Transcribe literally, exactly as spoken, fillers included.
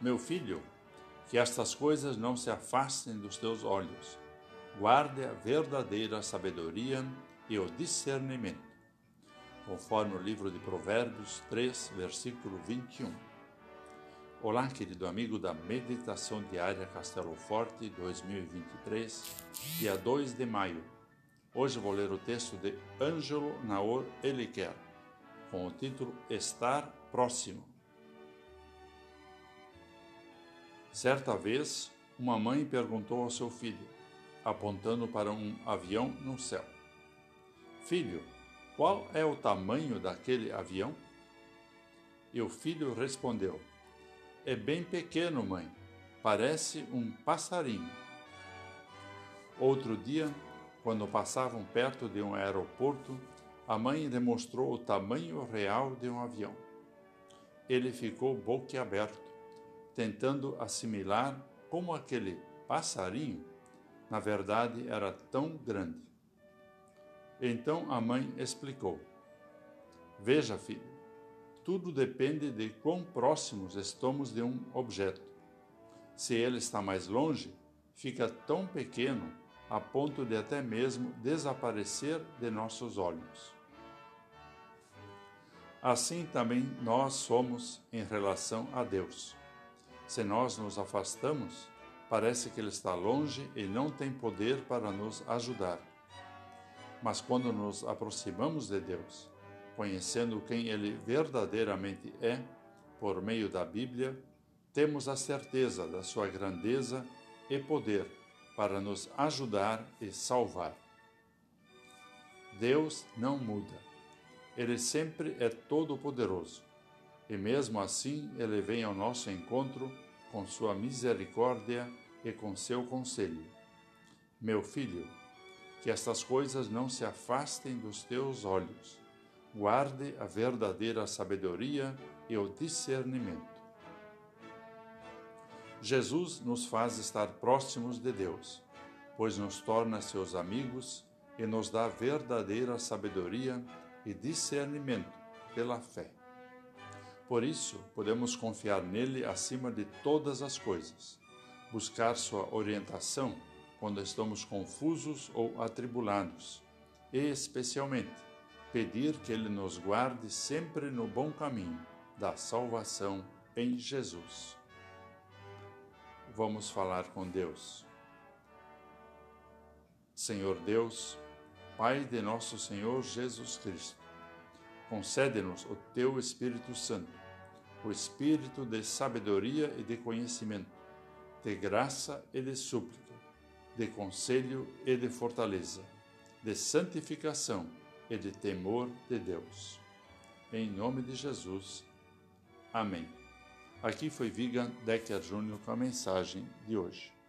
Meu filho, que estas coisas não se afastem dos teus olhos. Guarde a verdadeira sabedoria e o discernimento, conforme o livro de Provérbios três, versículo vinte e um. Olá, querido amigo da Meditação Diária Castelo Forte dois mil e vinte e três, dia dois de maio. Hoje vou ler o texto de Ângelo Naor Eliquer, com o título Estar Próximo. Certa vez, uma mãe perguntou ao seu filho, apontando para um avião no céu: Filho, qual é o tamanho daquele avião? E o filho respondeu: É bem pequeno, mãe, parece um passarinho. Outro dia, quando passavam perto de um aeroporto, a mãe lhe mostrou o tamanho real de um avião. Ele ficou boquiaberto, tentando assimilar como aquele passarinho, na verdade, era tão grande. Então a mãe explicou: Veja, filho, tudo depende de quão próximos estamos de um objeto. Se ele está mais longe, fica tão pequeno a ponto de até mesmo desaparecer de nossos olhos. Assim também nós somos em relação a Deus. Se nós nos afastamos, parece que Ele está longe e não tem poder para nos ajudar. Mas quando nos aproximamos de Deus, conhecendo quem Ele verdadeiramente é, por meio da Bíblia, temos a certeza da sua grandeza e poder para nos ajudar e salvar. Deus não muda. Ele sempre é todo-poderoso. E mesmo assim, Ele vem ao nosso encontro com sua misericórdia e com seu conselho. Meu filho, que estas coisas não se afastem dos teus olhos. Guarde a verdadeira sabedoria e o discernimento. Jesus nos faz estar próximos de Deus, pois nos torna seus amigos e nos dá verdadeira sabedoria e discernimento pela fé. Por isso, podemos confiar nele acima de todas as coisas, buscar sua orientação quando estamos confusos ou atribulados, e, especialmente, pedir que ele nos guarde sempre no bom caminho da salvação em Jesus. Vamos falar com Deus. Senhor Deus, Pai de nosso Senhor Jesus Cristo, concede-nos o Teu Espírito Santo, o Espírito de sabedoria e de conhecimento, de graça e de súplica, de conselho e de fortaleza, de santificação e de temor de Deus. Em nome de Jesus. Amém. Aqui foi Vigan Decker Júnior com a mensagem de hoje.